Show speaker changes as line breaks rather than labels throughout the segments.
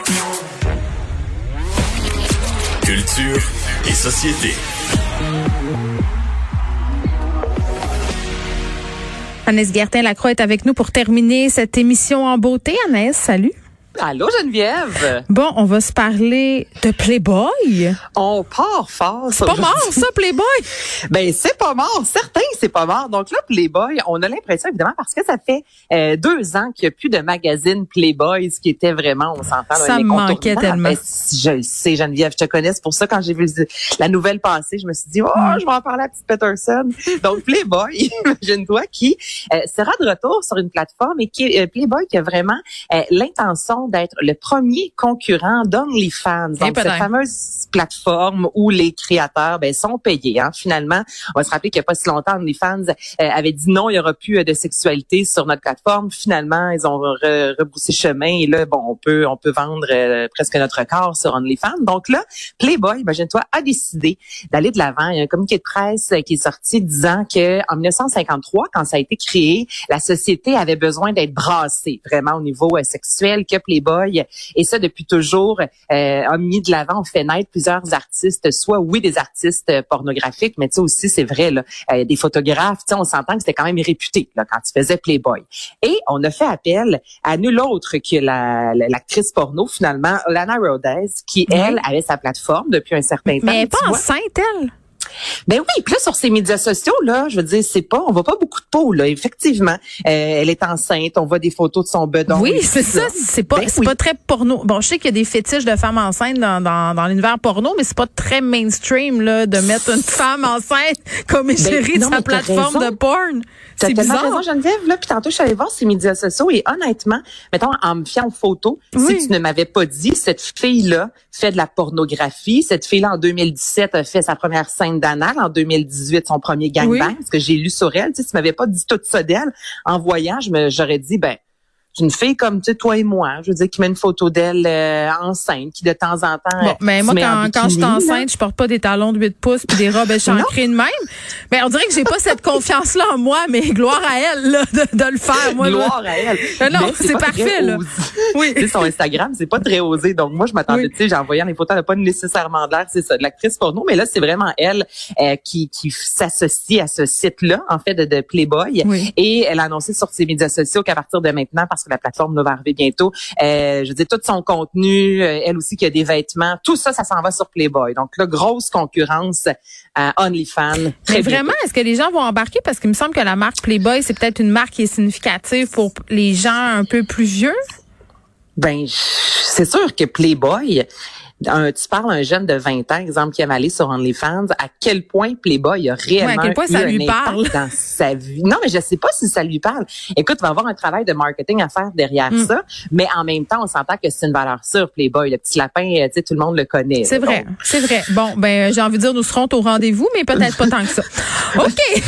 Culture et société.
Anaïs Gertin-Lacroix est avec nous pour terminer cette émission en beauté. Anaïs, salut.
Allô Geneviève.
Bon, on va se parler de Playboy.
On part fort.
C'est pas mort ça, Playboy?
Ben c'est pas mort, certain c'est pas mort. Donc là Playboy, on a l'impression évidemment parce que ça fait 2 ans qu'il n'y a plus de magazine Playboy, ce qui était vraiment, on s'entend.
Ça me manquait tellement.
Ben, je le sais Geneviève, je te connais, c'est pour ça quand j'ai vu la nouvelle passer, je me suis dit je vais en parler à petite Peterson. Donc Playboy, imagine-toi qui sera de retour sur une plateforme et qui Playboy qui a vraiment l'intention d'être le premier concurrent d'OnlyFans. Donc, cette fameuse plateforme où les créateurs sont payés. Finalement, on va se rappeler qu'il n'y a pas si longtemps, OnlyFans avait dit non, il n'y aura plus de sexualité sur notre plateforme. Finalement, ils ont rebroussé chemin et là, on peut vendre presque notre corps sur OnlyFans. Donc là, Playboy, imagine-toi, a décidé d'aller de l'avant. Il y a un communiqué de presse qui est sorti disant que en 1953, quand ça a été créé, la société avait besoin d'être brassée vraiment au niveau sexuel, que Playboy, et ça depuis toujours, a mis de l'avant, on fait naître plusieurs artistes, soit des artistes pornographiques, mais tu sais aussi c'est vrai là, des photographes, tu sais on s'entend que c'était quand même réputé là quand ils faisaient Playboy. Et on a fait appel à nul autre que l'actrice porno finalement, Lana Rhoades, qui elle avait sa plateforme depuis un certain temps.
Mais elle est pas enceinte elle.
Ben oui, puis là sur ces médias sociaux là, je veux dire on voit pas beaucoup de peau là, effectivement. Elle est enceinte, on voit des photos de son bedon.
Oui, c'est ça, c'est pas très porno. Bon, je sais qu'il y a des fétiches de femmes enceintes dans l'univers porno, mais c'est pas très mainstream là de mettre une femme enceinte comme égérie de sa plateforme de porn. C'est bizarre.
Raison, Geneviève, là, puis tantôt je suis allée voir ces médias sociaux et honnêtement, mettons en me fiant aux photos, si tu ne m'avais pas dit cette fille-là fait de la pornographie, cette fille-là en 2017 a fait sa première scène d'anal, en 2018 son premier gangbang, parce que j'ai lu sur elle, tu sais, tu m'avais pas dit tout ça d'elle, en voyant, j'aurais dit c'est une fille comme tu sais, toi et moi, je veux dire, qui met une photo d'elle enceinte, qui de temps en temps.
Bon, mais moi quand je suis enceinte, je porte pas des talons de 8 pouces puis des robes échancrées de même. Mais on dirait que j'ai pas cette confiance-là en moi, mais gloire à elle là, de le faire. Moi,
gloire à elle.
Non, c'est parfait là. Oui.
Tu sais, son Instagram, c'est pas très osé. Donc moi, je m'attendais, tu sais, en voyant les photos, elle n'a pas nécessairement l'air, c'est ça, de l'actrice porno, mais là, c'est vraiment elle qui s'associe à ce site-là, en fait, de Playboy. Oui. Et elle a annoncé sur ses médias sociaux qu'à partir de maintenant, parce que la plateforme va arriver bientôt. Je veux dire, tout son contenu, elle aussi qui a des vêtements, tout ça, ça s'en va sur Playboy. Donc là, grosse concurrence à OnlyFans.
Mais vraiment, est-ce que les gens vont embarquer? Parce qu'il me semble que la marque Playboy, c'est peut-être une marque qui est significative pour les gens un peu plus vieux.
Ben, c'est sûr que Playboy... tu parles un jeune de 20 ans, exemple, qui aime aller sur OnlyFans, à quel point Playboy a réellement
à quel point ça lui parle
dans sa vie. Non, mais je sais pas si ça lui parle. Écoute, il va avoir un travail de marketing à faire derrière ça, mais en même temps, on s'entend que c'est une valeur sûre, Playboy. Le petit lapin, tu sais, tout le monde le connaît.
C'est vrai, c'est vrai. Bon, j'ai envie de dire, nous serons au rendez-vous, mais peut-être pas tant que ça. OK.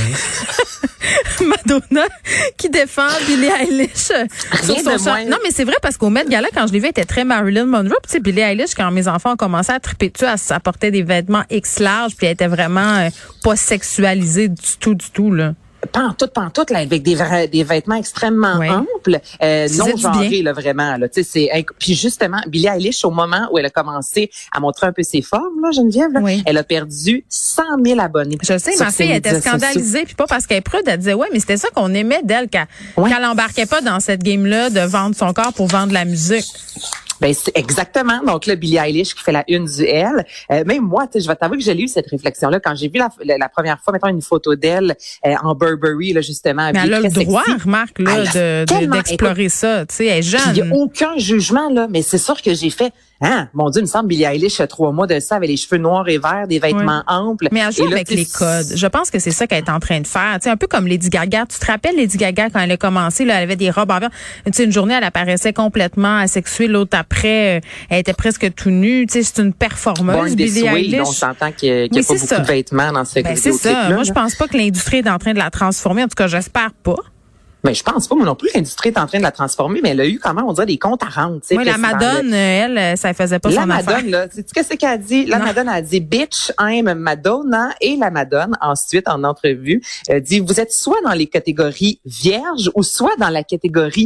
Madonna qui défend Billie Eilish sur son chant. Non, mais c'est vrai parce qu'au Met Gala, quand je l'ai vu, elle était très Marilyn Monroe. Puis tu sais, Billie Eilish, quand mes enfants ont commencé à triper dessus, elle portait des vêtements X larges, puis elle était vraiment pas sexualisée du tout, là.
Pantoute, là, avec des vêtements extrêmement amples, non genrés, là, vraiment, là. Tu sais, puis justement, Billie Eilish, au moment où elle a commencé à montrer un peu ses formes, là, Geneviève, là, elle a perdu 100 000 abonnés.
Je sais, ma fille était scandalisée, puis pas parce qu'elle est prude, elle disait, mais c'était ça qu'on aimait d'elle, qu'elle embarquait pas dans cette game-là de vendre son corps pour vendre de la musique.
Ben c'est exactement. Donc là, Billie Eilish qui fait la une du Elle. Même moi, je vais t'avouer que j'ai eu cette réflexion-là quand j'ai vu la première fois, mettons, une photo d'elle en Burberry, là, justement.
Mais elle a le droit, remarque, là, d'explorer ça. Tu sais, elle est jeune.
Il n'y a aucun jugement, là. Mais c'est sûr que j'ai fait, mon Dieu, il me semble, Billie Eilish a 3 mois de ça, avec les cheveux noirs et verts, des vêtements amples.
Mais elle joue avec les codes. Je pense que c'est ça qu'elle est en train de faire. Tu sais, un peu comme Lady Gaga. Tu te rappelles Lady Gaga quand elle a commencé, là, elle avait des robes en verre. Tu sais, une journée, elle apparaissait complètement asexuée. L'autre après, elle était presque tout nue. Tu sais, c'est une performeuse, Billie Eilish.
On s'entend qu'il y a pas beaucoup de vêtements dans ce
c'est ça. Moi, je pense pas que l'industrie est en train de la transformer. En tout cas, j'espère pas.
Mais je pense pas, moi non plus, l'industrie est en train de la transformer, mais elle a eu, comment on dirait, des comptes à rendre.
Oui, la Madone, elle, ça faisait pas son affaire.
La Madone, là, sais-tu qu'est-ce qu'elle a dit? La Madone a dit, bitch, I'm Madonna. Et la Madone, ensuite, en entrevue, dit, vous êtes soit dans les catégories vierges ou soit dans la catégorie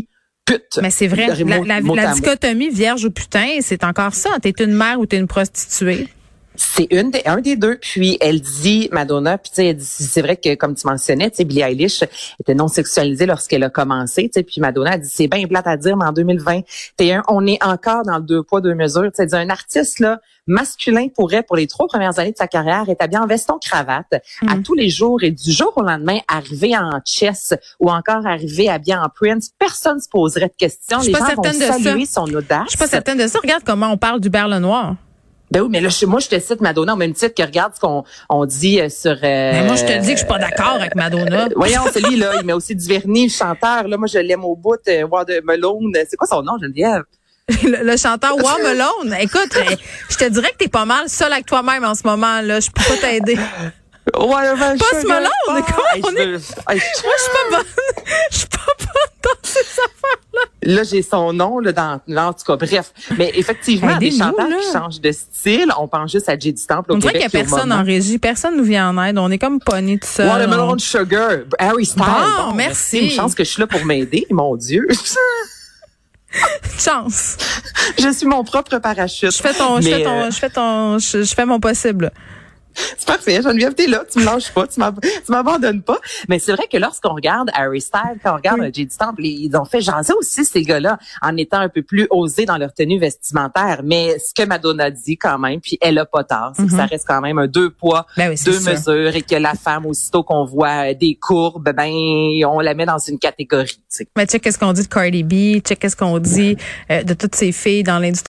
pute.
Mais c'est vrai, la dichotomie vierge ou putain, c'est encore ça. T'es une mère ou t'es une prostituée.
C'est un des deux. Puis elle dit, Madonna, puis tu sais, elle dit, c'est vrai que comme tu mentionnais, tu sais, Billie Eilish était non sexualisée lorsqu'elle a commencé, tu sais, puis Madonna a dit, c'est bien plate à dire, mais en 2021, on est encore dans le 2 poids 2 mesures. Tu sais, un artiste là masculin pourrait, pour les 3 premières années de sa carrière, être habillé en veston cravate à tous les jours et du jour au lendemain arriver en chess ou encore arriver habillé en Prince. Personne se poserait de questions. Les gens vont saluer son audace.
Je suis pas certaine de ça. Regarde comment on parle d'Hubert Lenoir.
Ben oui, mais là, moi, je te cite Madonna au même titre que regarde ce qu'on dit sur...
Mais moi, je te dis que je suis pas d'accord avec Madonna.
Voyons, celui là, il met aussi du vernis, le chanteur. Là, moi, je l'aime au bout. Watermelon. C'est quoi son nom, Geneviève?
le chanteur Watermelon. Écoute, je te dirais que t'es pas mal seul avec toi-même en ce moment. Là, je peux pas t'aider. Post Malone, moi, je suis pas bonne. Je suis pas bonne dans ces affaires-là.
Là, j'ai son nom là en tout cas, bref. Mais effectivement, des chanteurs qui changent de style, on pense juste à Jay du Temple au Québec.
On dirait qu'il y a personne en régie, personne nous vient en aide. On est comme pognés tout seul.
Watermelon Sugar, Harry Styles.
Bon, merci.
Une chance que je suis là pour m'aider, mon Dieu.
Chance.
Je suis mon propre parachute.
Je fais mon possible.
C'est parfait, Geneviève, t'es là, tu me lâches pas, tu m'abandonnes pas. Mais c'est vrai que lorsqu'on regarde Harry Styles, quand on regarde Jay du Temple, ils ont fait jaser aussi ces gars-là en étant un peu plus osés dans leur tenue vestimentaire. Mais ce que Madonna dit quand même, puis elle a pas tort, c'est que ça reste quand même un 2 poids, 2 mesures et que la femme, aussitôt qu'on voit des courbes, on la met dans une catégorie. T'sais.
Mais check qu'est-ce qu'on dit de Cardi B, check qu'est-ce qu'on dit de toutes ces filles dans l'industrie